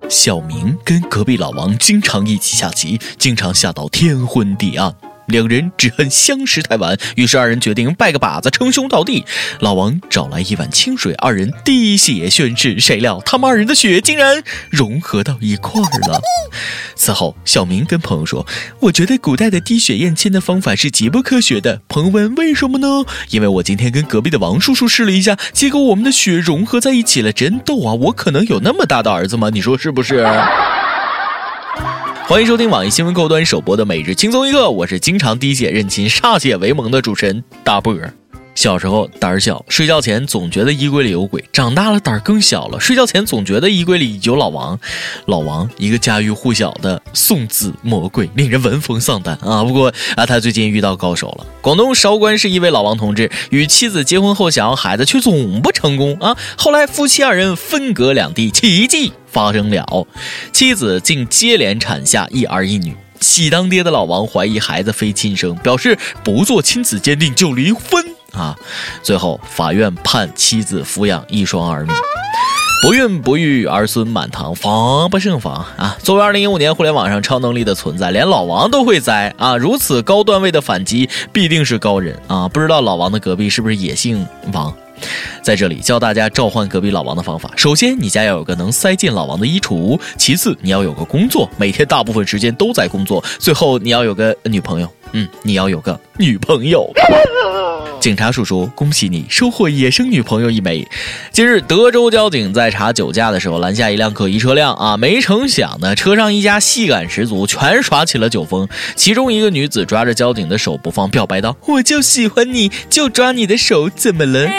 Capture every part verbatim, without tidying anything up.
小明跟隔壁老王经常一起下棋，经常下到天昏地暗。两人只恨相识太晚，于是二人决定拜个把子，称兄道弟。老王找来一碗清水，二人滴血宣誓。谁料他们二人的血竟然融合到一块儿了。此后，小明跟朋友说：“我觉得古代的滴血验亲的方法是极不科学的。”朋友问：“为什么呢？”因为我今天跟隔壁的王叔叔试了一下，结果我们的血融合在一起了，真逗啊！我可能有那么大的儿子吗？你说是不是？欢迎收听网易新闻客户端首播的每日轻松一刻，我是经常滴血认亲歃血为盟的主持人大波儿。小时候胆儿小，睡觉前总觉得衣柜里有鬼，长大了胆儿更小了，睡觉前总觉得衣柜里有老王。老王一个家喻户晓的送子魔鬼，令人闻风丧胆啊！不过啊，他最近遇到高手了。广东韶关市一位老王同志与妻子结婚后想要孩子，却总不成功啊！后来夫妻二人分隔两地，奇迹发生了，妻子竟接连产下一儿一女。喜当爹的老王怀疑孩子非亲生，表示不做亲子鉴定就离婚啊！最后法院判妻子抚养一双儿女。不孕不育，儿孙满堂，防不胜防啊！作为二零一五年互联网上超能力的存在，连老王都会栽啊！如此高段位的反击，必定是高人啊！不知道老王的隔壁是不是也姓王？在这里教大家召唤隔壁老王的方法。首先，你家要有个能塞进老王的衣橱；其次，你要有个工作，每天大部分时间都在工作；最后，你要有个女朋友。嗯，你要有个女朋友。警察叔叔，恭喜你收获野生女朋友一枚。近日，德州交警在查酒驾的时候拦下一辆可疑车辆啊，没成想呢，车上一家戏感十足，全耍起了酒疯。其中一个女子抓着交警的手不放，表白道：“我就喜欢你，就抓你的手，怎么了？”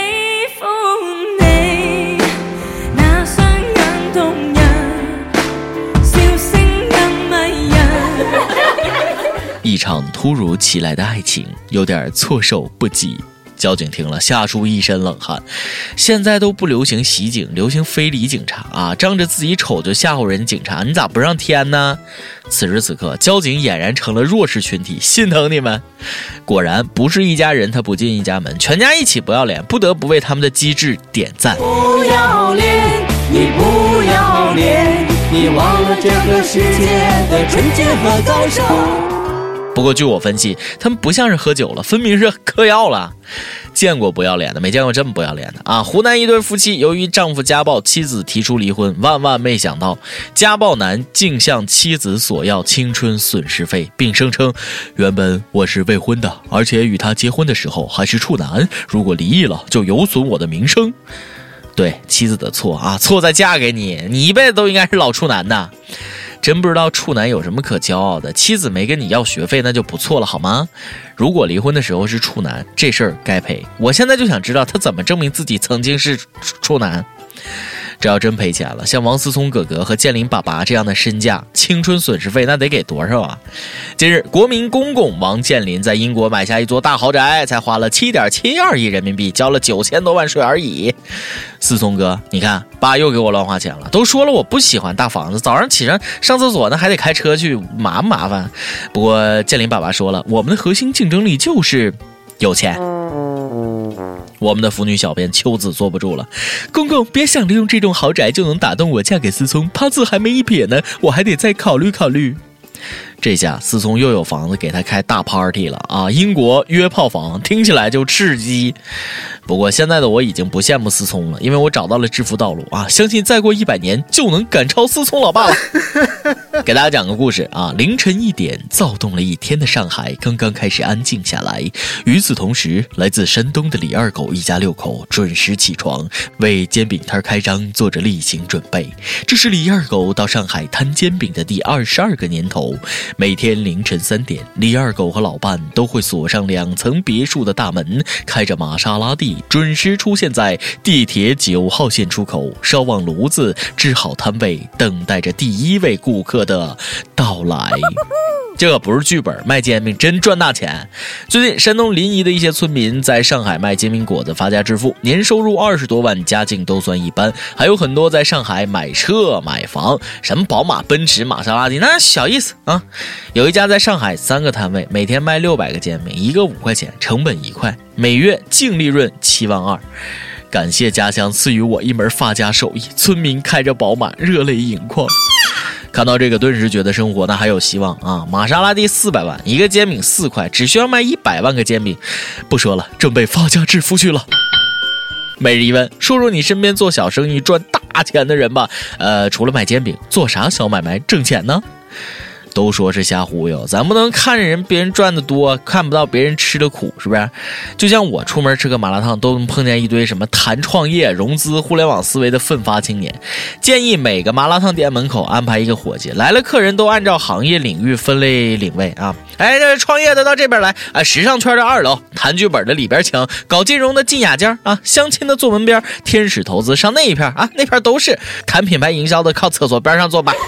一场突如其来的爱情，有点措手不及。交警听了，吓出一身冷汗。现在都不流行袭警，流行非礼警察啊！仗着自己丑就吓唬人警察，你咋不让天呢？此时此刻，交警俨然成了弱势群体，心疼你们。果然，不是一家人他不进一家门，全家一起不要脸，不得不为他们的机智点赞。 不要脸，你不要脸，你忘了这个世界的纯洁和高尚。 不过据我分析，他们不像是喝酒了，分明是嗑药了。见过不要脸的，没见过这么不要脸的啊！湖南一对夫妻由于丈夫家暴，妻子提出离婚，万万没想到家暴男竟向妻子索要青春损失费，并声称原本我是未婚的，而且与他结婚的时候还是处男，如果离异了就有损我的名声。对，妻子的错啊，错在嫁给你，你一辈子都应该是老处男的。真不知道处男有什么可骄傲的，妻子没跟你要学费那就不错了好吗？如果离婚的时候是处男，这事儿该赔。我现在就想知道他怎么证明自己曾经是处男。这要真赔钱了，像王思聪哥哥和建林爸爸这样的身价，青春损失费那得给多少啊？近日，国民公公王健林在英国买下一座大豪宅，才花了 七点七二亿人民币，交了九千多万税而已。思聪哥，你看爸又给我乱花钱了，都说了我不喜欢大房子，早上起床上厕所呢还得开车去，麻不麻烦？不过建林爸爸说了，我们的核心竞争力就是有钱。我们的腐女小编秋子坐不住了，公公别想着用这种豪宅就能打动我嫁给思聪，八字还没一撇呢，我还得再考虑考虑。这下思聪又有房子给他开大 party 了啊！英国约炮房听起来就刺激。不过现在的我已经不羡慕思聪了，因为我找到了致富道路啊！相信再过一百年就能赶超思聪老爸了。给大家讲个故事啊！凌晨一点，躁动了一天的上海刚刚开始安静下来。与此同时，来自山东的李二狗一家六口准时起床，为煎饼摊开张做着例行准备。这是李二狗到上海摊煎饼的第二十二个年头。每天凌晨三点，李二狗和老伴都会锁上两层别墅的大门，开着玛莎拉蒂，准时出现在地铁九号线出口，烧旺炉子，支好摊位，等待着第一位顾客的到来。这不是剧本，卖煎饼真赚大钱。最近山东临沂的一些村民在上海卖煎饼果子发家致富，年收入二十多万，家境都算一般。还有很多在上海买车买房，什么宝马奔驰玛莎拉蒂那小意思啊。有一家在上海三个摊位，每天卖六百个煎饼，一个五块钱，成本一块，每月净利润七万二。 感谢家乡赐予我一门发家手艺，村民开着宝马热泪盈眶。看到这个顿时觉得生活那还有希望啊！玛莎拉蒂四百万，一个煎饼四块，只需要卖一百万个煎饼。不说了，准备发家致富去了。每日一问，说说你身边做小生意赚大钱的人吧。呃，除了卖煎饼，做啥小买卖挣钱呢？都说是瞎忽悠，咱不能看着人别人赚的多，看不到别人吃的苦，是不是？就像我出门吃个麻辣烫，都能碰见一堆什么谈创业、融资、互联网思维的奋发青年。建议每个麻辣烫店门口安排一个伙计，来了客人都按照行业领域分类领位啊。哎，这创业的到这边来啊，时尚圈的二楼，谈剧本的里边请，搞金融的进雅间啊，相亲的坐门边，天使投资上那一片啊，那片都是谈品牌营销的，靠厕所边上坐吧。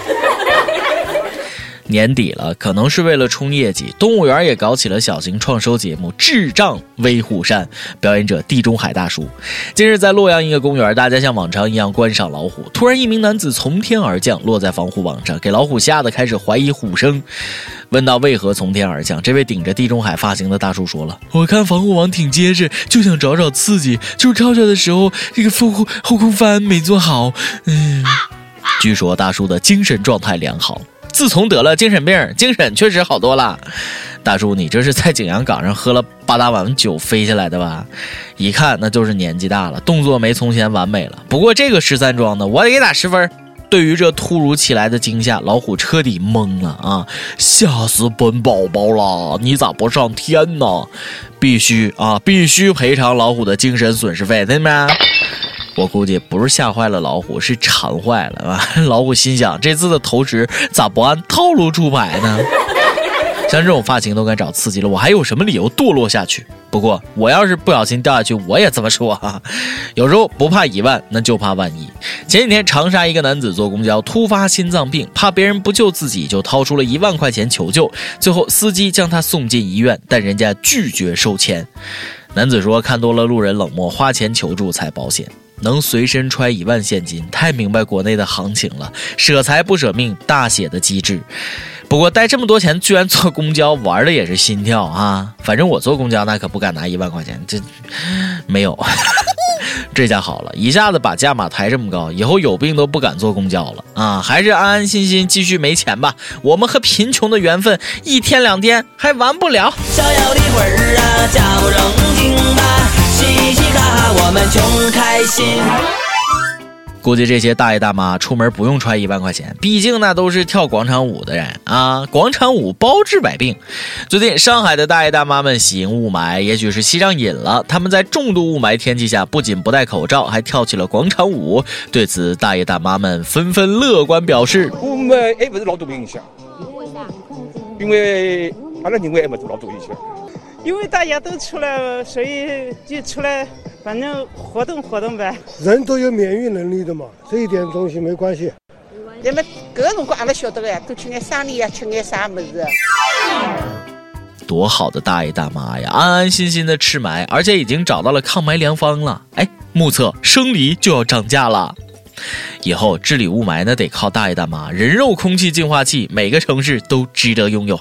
年底了，可能是为了冲业绩，动物园也搞起了小型创收节目《智障威虎山》，表演者地中海大叔。近日在洛阳一个公园，大家像往常一样观赏老虎，突然一名男子从天而降，落在防护网上，给老虎吓得开始怀疑虎生。问到为何从天而降，这位顶着地中海发型的大叔说了：我看防护网挺结实，就想找找刺激，就是跳下的时候这个后后空翻没做好。嗯，据说大叔的精神状态良好，自从得了精神病，精神确实好多了。大叔，你这是在景阳冈上喝了八大碗酒飞下来的吧？一看那就是年纪大了，动作没从前完美了。不过这个十三装的，我得给打十分。对于这突如其来的惊吓，老虎彻底懵了啊！吓死本宝宝了，你咋不上天呢？必须啊，必须赔偿老虎的精神损失费，对吗？我估计不是吓坏了老虎，是馋坏了啊！老虎心想，这次的投食咋不按套路出牌呢？像这种发型都敢找刺激了，我还有什么理由堕落下去？不过我要是不小心掉下去，我也这么说啊。有时候不怕一万，那就怕万一。前几天长沙一个男子坐公交突发心脏病，怕别人不救自己，就掏出了一万块钱求救。最后司机将他送进医院，但人家拒绝收钱。男子说，看多了路人冷漠，花钱求助才保险。能随身揣一万现金，太明白国内的行情了，舍财不舍命，大写的机智。不过带这么多钱居然坐公交，玩的也是心跳啊！反正我坐公交那可不敢拿一万块钱，这没有。这下好了，一下子把价码抬这么高，以后有病都不敢坐公交了啊！还是安安心心继续没钱吧，我们和贫穷的缘分一天两天还完不了。 逍遥的魂儿啊，假不正经吧，嘻嘻哈哈我们穷开心。 估计这些大爷大妈出门不用揣一万块钱，毕竟那都是跳广场舞的人啊！广场舞包治百病。最近上海的大爷大妈们喜迎雾霾，也许是吸上瘾了，他们在重度雾霾天气下不仅不戴口罩，还跳起了广场舞。对此，大爷大妈们纷纷乐观表示： 雾霾也不是老多影响，因为反正因为也没做老多影响。 因为大家都出来了，所以就出来，反正活动活动呗。 人都有免疫能力的嘛，这一点东西没关系。 人们各种各样的晓得呀，都去眼山里呀，吃眼啥么子。 多好的大爷大妈呀，安安心心的吃霾，而且已经找到了抗霾良方了。哎，目测生梨就要涨价了。以后治理雾霾呢，得靠大爷大妈，人肉空气净化器，每个城市都值得拥有。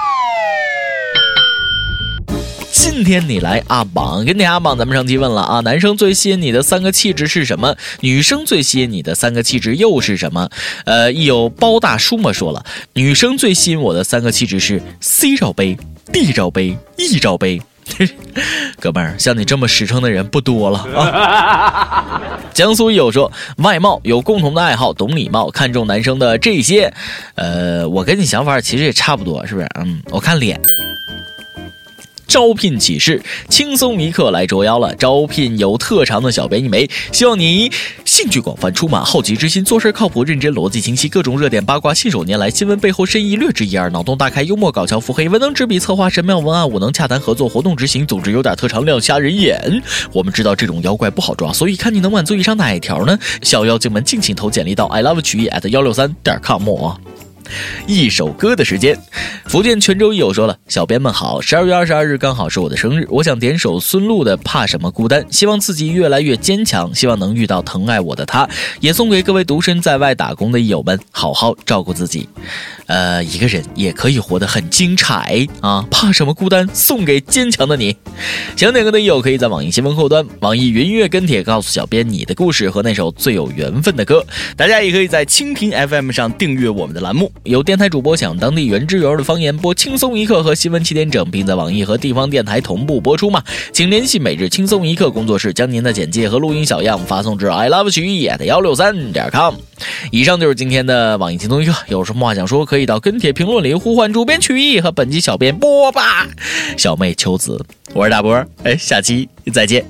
今天你来阿榜，跟你阿榜，咱们上期问了啊，男生最吸引你的三个气质是什么？女生最吸引你的三个气质又是什么？呃，一有包大叔嘛说了，女生最吸引我的三个气质是 C 罩杯、D 罩杯、E 罩杯。哥们儿，像你这么实诚的人不多了啊。江苏友说，外貌有共同的爱好，懂礼貌，看重男生的这些。呃，我跟你想法其实也差不多，是不是？嗯，我看脸。招聘启事，轻松一刻来捉妖了。招聘有特长的小编一枚，希望你兴趣广泛，充满好奇之心，做事靠谱认真，逻辑清晰，各种热点八卦信手拈来，新闻背后深意略知一二，脑洞大开，幽默搞笑，腹黑，文能执笔策划神妙文案，武能洽谈合作，活动执行，总之有点特长，亮瞎人眼。我们知道这种妖怪不好抓，所以看你能满足以上哪一条呢？小妖精们敬请投简历到 i love 曲艺 at 一六三 点com。 一首歌的时间。福建泉州益友说了，小编们好，十二月二十二日刚好是我的生日，我想点首孙露的《怕什么孤单》，希望自己越来越坚强，希望能遇到疼爱我的他，也送给各位独身在外打工的益友们，好好照顾自己。呃，一个人也可以活得很精彩啊！怕什么孤单，送给坚强的你。想点歌的益友可以在网易新闻后端、网易云音乐跟帖告诉小编你的故事和那首最有缘分的歌。大家也可以在蜻蜓 F M 上订阅我们的栏目，有电台主播想当地原汁原味的方言播轻松一刻和新闻七点整，并在网易和地方电台同步播出吗？请联系每日轻松一刻工作室，将您的简介和录音小样发送至 i love 曲艺 at 一六三点 com。以上就是今天的网易轻松一刻，有什么话想说可以到跟帖评论里呼唤主编曲艺和本期小编波吧小妹秋子。我是大波，哎，下期再见。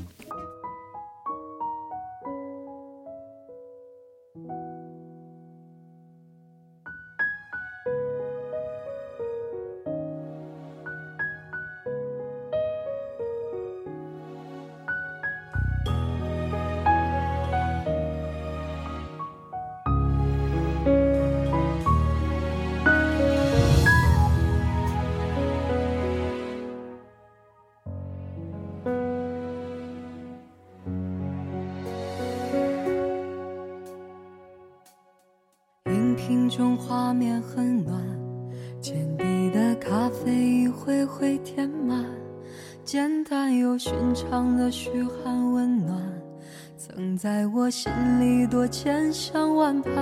瓶中画面很暖，简笔的咖啡一回回填满，简单又寻常的嘘寒问暖，曾在我心里多千想万盼。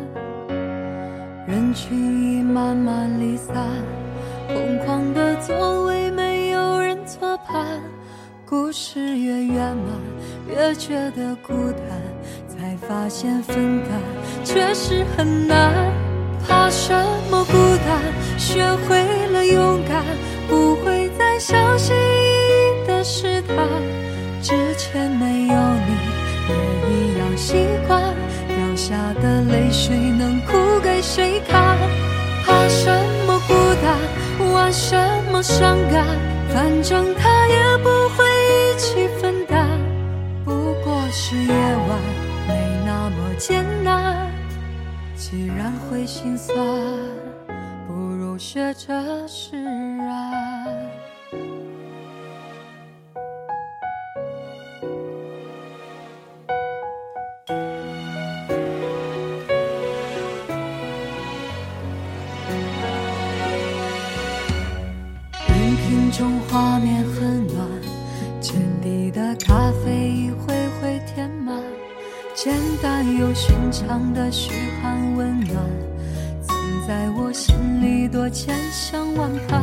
人群已慢慢离散，空旷的座位没有人坐伴，故事越圆满越觉得孤单，才发现分担确实很难。怕什么孤单，学会了勇敢，不会再相信意义的试探。之前没有你也一样习惯，掉下的泪水能哭给谁看？怕什么孤单，玩什么伤感，反正他也不会一起分担。不过是夜晚没那么艰难，既然会心酸，不如学着释然。饮瓶中画面很暖，简笔的咖啡一回回填满，简单又寻常的嘘寒问暖，曾在我心里多千想万盼。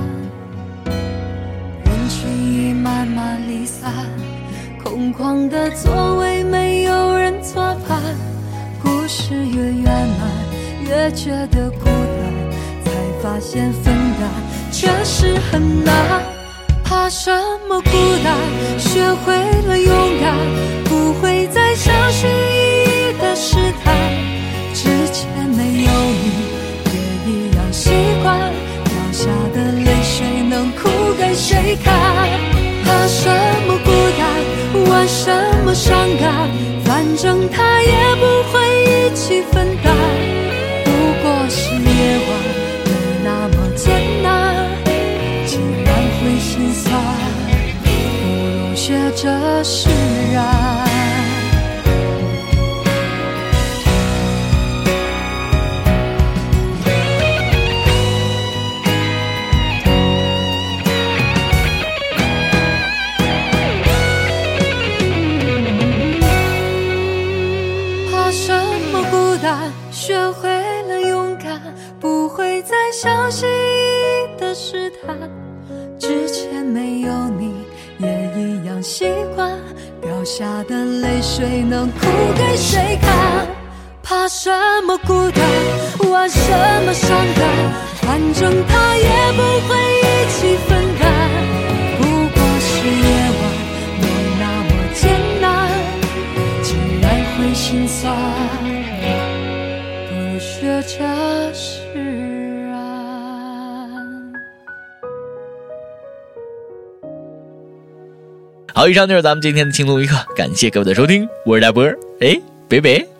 人群已慢慢离散，空旷的座位没有人坐伴，故事越圆满越觉得孤单，才发现分担确实很难。怕什么孤单，学会了勇敢，不会再相信意义的试探。之前没有你也一样习惯，掉下的泪水能哭给谁看？怕什么孤单，玩什么伤感，反正他也不会一起分担。不过是夜晚没那么艰难，既然会心酸，不如学着释然。怕什么孤单，学会了勇敢，不会再相信意义的试探。之前没有你也一样习惯，掉下的泪水能哭给谁看？怕什么孤单，玩什么伤感，反正他也不会一起分担。不过是夜晚没那么艰难，既然会心酸，不如学着释然。 好，以上就是咱们今天的轻松一刻，感谢各位的收听，我是大波儿，哎，拜拜。